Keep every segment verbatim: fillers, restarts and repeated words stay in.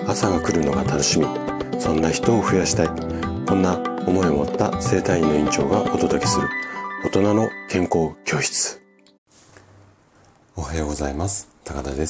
朝が来るのが楽しみ、そんな人を増やしたい、こんな思いを持った整体院の院長がお届けする大人の健康教室。おはようございます。高田です。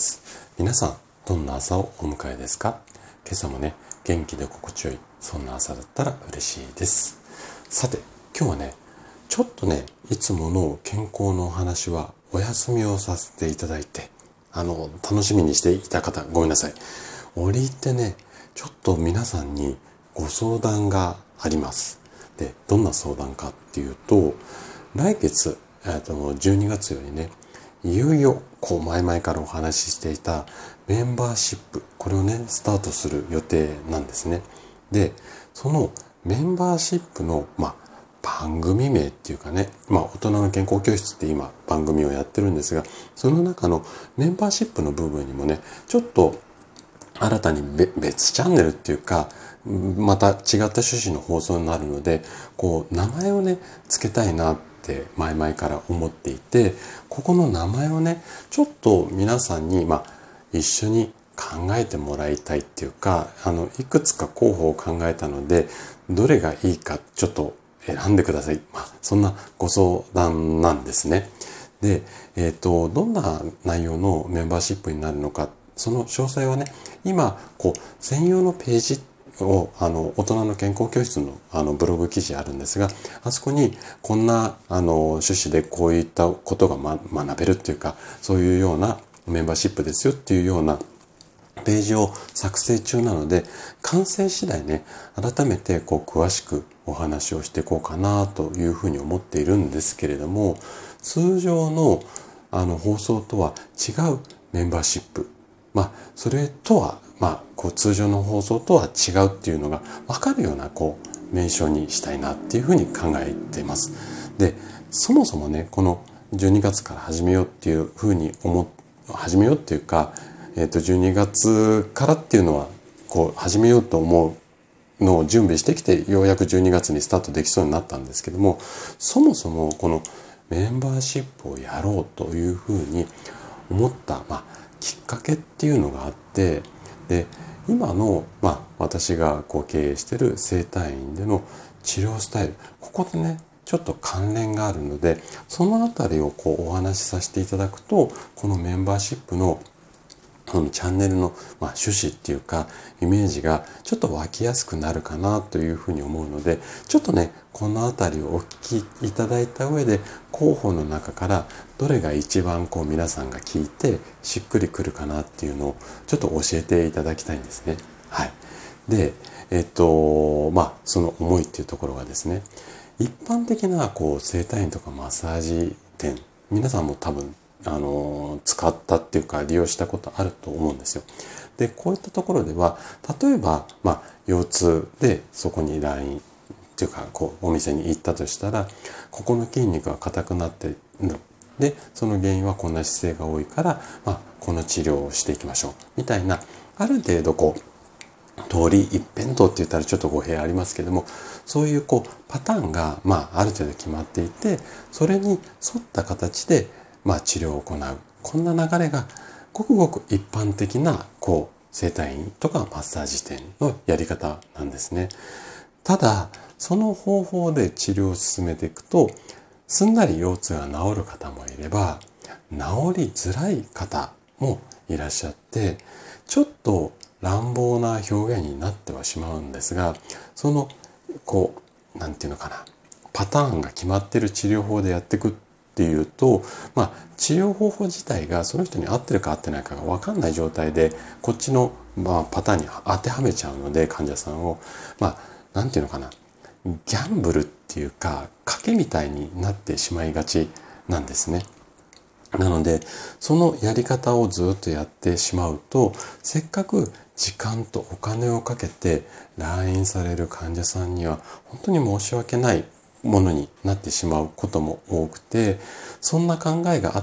皆さんどんな朝をお迎えですか？今朝もね、元気で心地よい、そんな朝だったら嬉しいです。さて、今日はね、ちょっとね、いつもの健康のお話はお休みをさせていただいて、あの楽しみにしていた方ごめんなさい。折り入ってね、ちょっと皆さんにご相談があります。で、どんな相談かっていうと、来月、えっと、じゅうにがつよりね、いよいよこう前々からお話ししていたメンバーシップ、これをねスタートする予定なんですね。で、そのメンバーシップのまあ番組名っていうかね、まあ大人の健康教室って今番組をやってるんですが、その中のメンバーシップの部分にもね、ちょっと新たに別チャンネルっていうか、また違った趣旨の放送になるので、こう名前をね付けたいなって前々から思っていて、ここの名前をねちょっと皆さんにまあ一緒に考えてもらいたいっていうか、あのいくつか候補を考えたので、どれがいいかちょっと選んでください。まあ、そんなご相談なんですね。で、えっと、どんな内容のメンバーシップになるのか、その詳細はね、今、こう、専用のページを、あの、大人の健康教室の、あの、ブログ記事あるんですが、あそこに、こんな、あの、趣旨でこういったことが、ま、学べるっていうか、そういうようなメンバーシップですよっていうような、ページを作成中なので、完成次第ね、改めてこう詳しくお話をしていこうかなというふうに思っているんですけれども、通常のあの放送とは違うメンバーシップ、まあそれとはまあこう通常の放送とは違うっていうのが分かるようなこう名称にしたいなっていうふうに考えています。で、そもそもね、このじゅうにがつから始めようっていうふうに思っ始めようっていうか。えっと、じゅうにがつからっていうのは、こう、始めようと思うのを準備してきて、ようやくじゅうにがつにスタートできそうになったんですけども、そもそもこのメンバーシップをやろうというふうに思った、まあ、きっかけっていうのがあって、で、今の、まあ、私がこう経営している整体院での治療スタイル、ここでね、ちょっと関連があるので、そのあたりをこうお話しさせていただくと、このメンバーシップのこのチャンネルの、まあ、趣旨っていうかイメージがちょっと湧きやすくなるかなというふうに思うので、ちょっとねこのあたりをお聞きいただいた上で、候補の中からどれが一番こう皆さんが聞いてしっくりくるかなっていうのをちょっと教えていただきたいんですね。はい。で、えっとまあその思いっていうところがですね、一般的なこう整体院とかマッサージ店、皆さんも多分あの使ったっていうか利用したことあると思うんですよ。で、こういったところでは、例えばまあ腰痛でそこに来院っていうかこうお店に行ったとしたら、ここの筋肉が硬くなってる、でその原因はこんな姿勢が多いから、まあ、この治療をしていきましょうみたいな、ある程度こう通り一辺倒って言ったらちょっと語弊ありますけども、そういうこうパターンがまあある程度決まっていて、それに沿った形でまあ治療を行う、こんな流れがごくごく一般的なこう整体院とかマッサージ店のやり方なんですね。ただその方法で治療を進めていくと、すんなり腰痛が治る方もいれば、治りづらい方もいらっしゃって、ちょっと乱暴な表現になってはしまうんですが、そのこうなんていうのかな、パターンが決まっている治療法でやっていくっていうと、まあ治療方法自体がその人に合ってるか合ってないかが分かんない状態で、こっちのまあパターンに当てはめちゃうので、患者さんをまあなんていうのかな、ギャンブルっていうか賭けみたいになってしまいがちなんですね。なのでそのやり方をずっとやってしまうと、せっかく時間とお金をかけて来院される患者さんには本当に申し訳ないものになってしまうことも多くて、そんな考えがあって、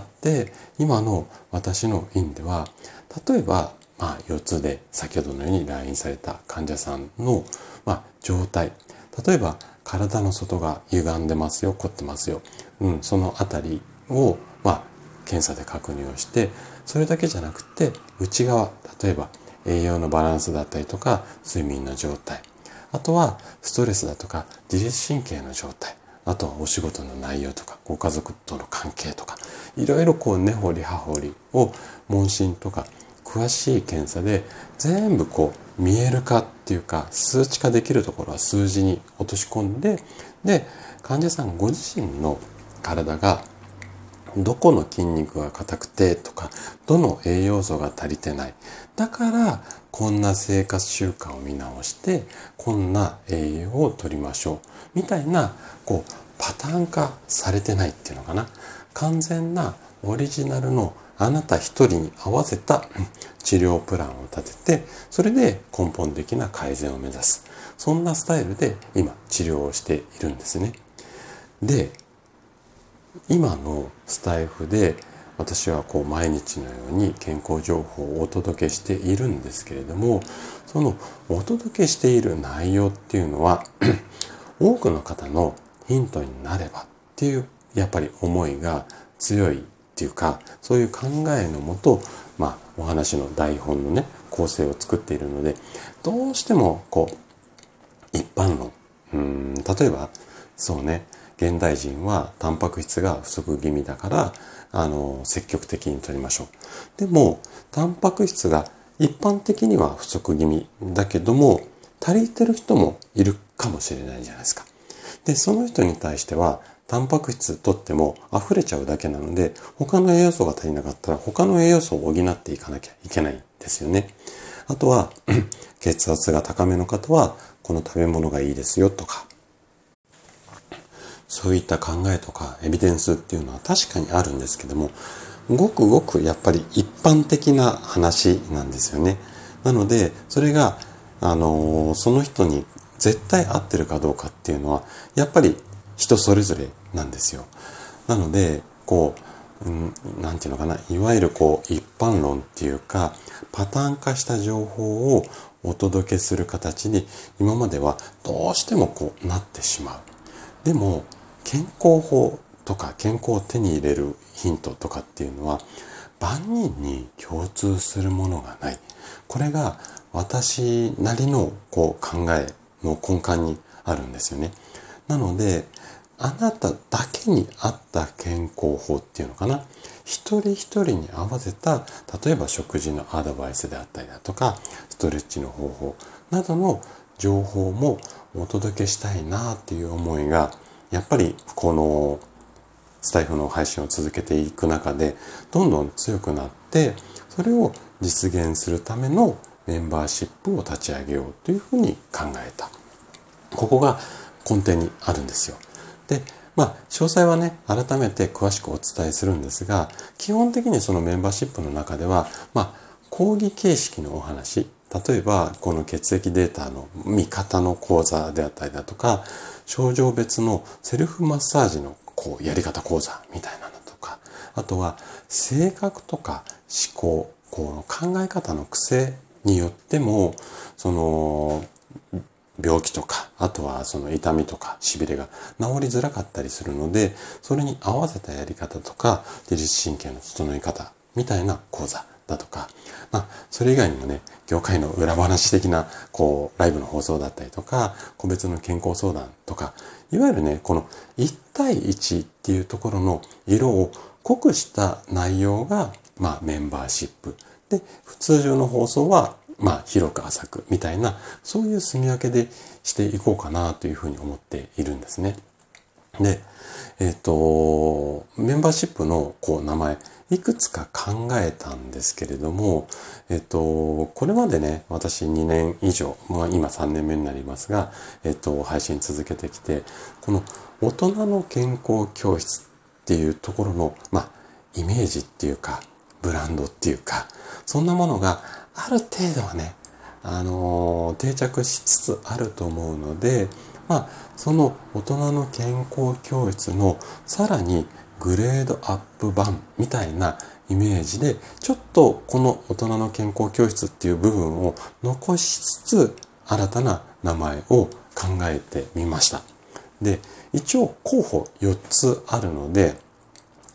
今の私の院では、例えばまあ腰痛で先ほどのように来院された患者さんのまあ状態、例えば体の外が歪んでますよ、凝ってますよ、うん、そのあたりをまあ検査で確認をして、それだけじゃなくて内側、例えば栄養のバランスだったりとか、睡眠の状態。あとはストレスだとか自律神経の状態。あとはお仕事の内容とか、ご家族との関係とか、いろいろこう根掘り葉掘りを問診とか詳しい検査で全部こう見える化っていうか、数値化できるところは数字に落とし込んで、で患者さんご自身の体がどこの筋肉が硬くてとか、どの栄養素が足りてない。だからこんな生活習慣を見直してこんな栄養を取りましょうみたいな、こうパターン化されてないっていうのかな。完全なオリジナルのあなた一人に合わせた治療プランを立てて、それで根本的な改善を目指す。そんなスタイルで今治療をしているんですね。で、今のスタイフで私はこう毎日のように健康情報をお届けしているんですけれども、そのお届けしている内容っていうのは多くの方のヒントになればっていうやっぱり思いが強いっていうか、そういう考えのもと、まあお話の台本のね構成を作っているので、どうしてもこう一般論、うーん例えばそうね、現代人はタンパク質が不足気味だから、あの、積極的に取りましょう。でも、タンパク質が一般的には不足気味だけども、足りてる人もいるかもしれないじゃないですか。で、その人に対しては、タンパク質取っても溢れちゃうだけなので、他の栄養素が足りなかったら、他の栄養素を補っていかなきゃいけないんですよね。あとは、血圧が高めの方は、この食べ物がいいですよとか、そういった考えとかエビデンスっていうのは確かにあるんですけども、ごくごくやっぱり一般的な話なんですよね。なので、それが、あのー、その人に絶対合ってるかどうかっていうのは、やっぱり人それぞれなんですよ。なので、こう、うん、なんていうのかな、いわゆるこう一般論っていうか、パターン化した情報をお届けする形に今まではどうしてもこうなってしまう。でも、健康法とか健康を手に入れるヒントとかっていうのは万人に共通するものがない。これが私なりのこう考えの根幹にあるんですよね。なので、あなただけに合った健康法っていうのかな。一人一人に合わせた、例えば食事のアドバイスであったりだとか、ストレッチの方法などの情報もお届けしたいなっていう思いが、やっぱりこのスタイフの配信を続けていく中でどんどん強くなって、それを実現するためのメンバーシップを立ち上げようというふうに考えた。ここが根底にあるんですよ。で、まあ詳細はね、改めて詳しくお伝えするんですが、基本的にそのメンバーシップの中では、まあ講義形式のお話、例えばこの血液データの見方の講座であったりだとか、症状別のセルフマッサージのこうやり方講座みたいなのとか、あとは性格とか思考、こう考え方の癖によっても、その病気とか、あとはその痛みとか痺れが治りづらかったりするので、それに合わせたやり方とか、自律神経の整え方みたいな講座だとか、まあ、それ以外にもね、業界の裏話的な、こう、ライブの放送だったりとか、個別の健康相談とか、いわゆるね、このいち対いちっていうところの色を濃くした内容が、まあ、メンバーシップ。で、通常の放送は、まあ、広く浅くみたいな、そういう住み分けでしていこうかなというふうに思っているんですね。で、えっと、メンバーシップのこう名前、いくつか考えたんですけれども、えっと、これまでね、私にねん以上、まあ今さんねんめになりますが、えっと、配信続けてきて、この大人の健康教室っていうところの、まあ、イメージっていうか、ブランドっていうか、そんなものがある程度はね、あの、定着しつつあると思うので、まあ、その大人の健康教室のさらにグレードアップ版みたいなイメージで、ちょっとこの大人の健康教室っていう部分を残しつつ、新たな名前を考えてみました。で、一応候補よっつあるので、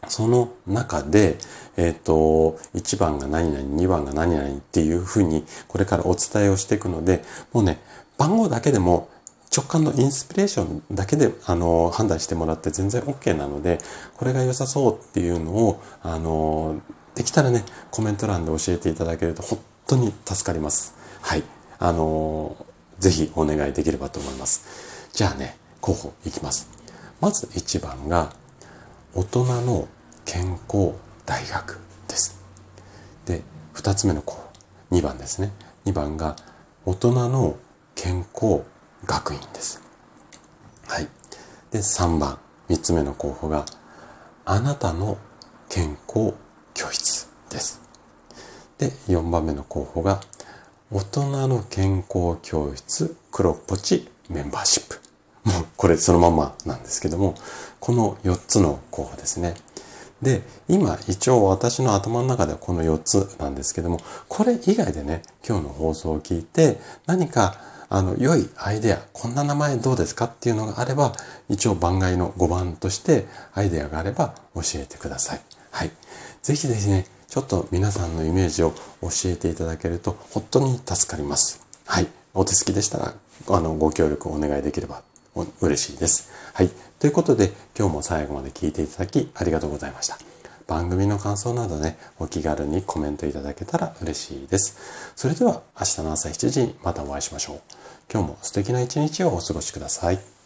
その中で、えっと、いちばんが何々、にばんが何々っていうふうに、これからお伝えをしていくので、もうね、番号だけでも、直感のインスピレーションだけで、あの、判断してもらって全然 OK なので、これが良さそうっていうのを、あの、できたらね、コメント欄で教えていただけると本当に助かります。はい。あの、ぜひお願いできればと思います。じゃあね、候補いきます。まずいちばんが、大人の健康大学です。で、ふたつめの候補、にばんですね。にばんが、大人の健康学院です。はい。で、さんばん、みっつめの候補が、あなたの健康教室です。で、よんばんめの候補が、大人の健康教室黒ポチメンバーシップ。もうこれそのまんまなんですけども、このよっつの候補ですね。で、今一応私の頭の中ではこのよっつなんですけども、これ以外でね、今日の放送を聞いて何かあの良いアイデア、こんな名前どうですかっていうのがあれば、一応番外のごばんとしてアイデアがあれば教えてください。はい。ぜひぜひね、ちょっと皆さんのイメージを教えていただけると本当に助かります。はい。お手すきでしたら、あの、ご協力お願いできれば嬉しいです。はい。ということで、今日も最後まで聞いていただきありがとうございました。番組の感想などね、お気軽にコメントいただけたら嬉しいです。それでは明日の朝しちじにまたお会いしましょう。今日も素敵な一日をお過ごしください。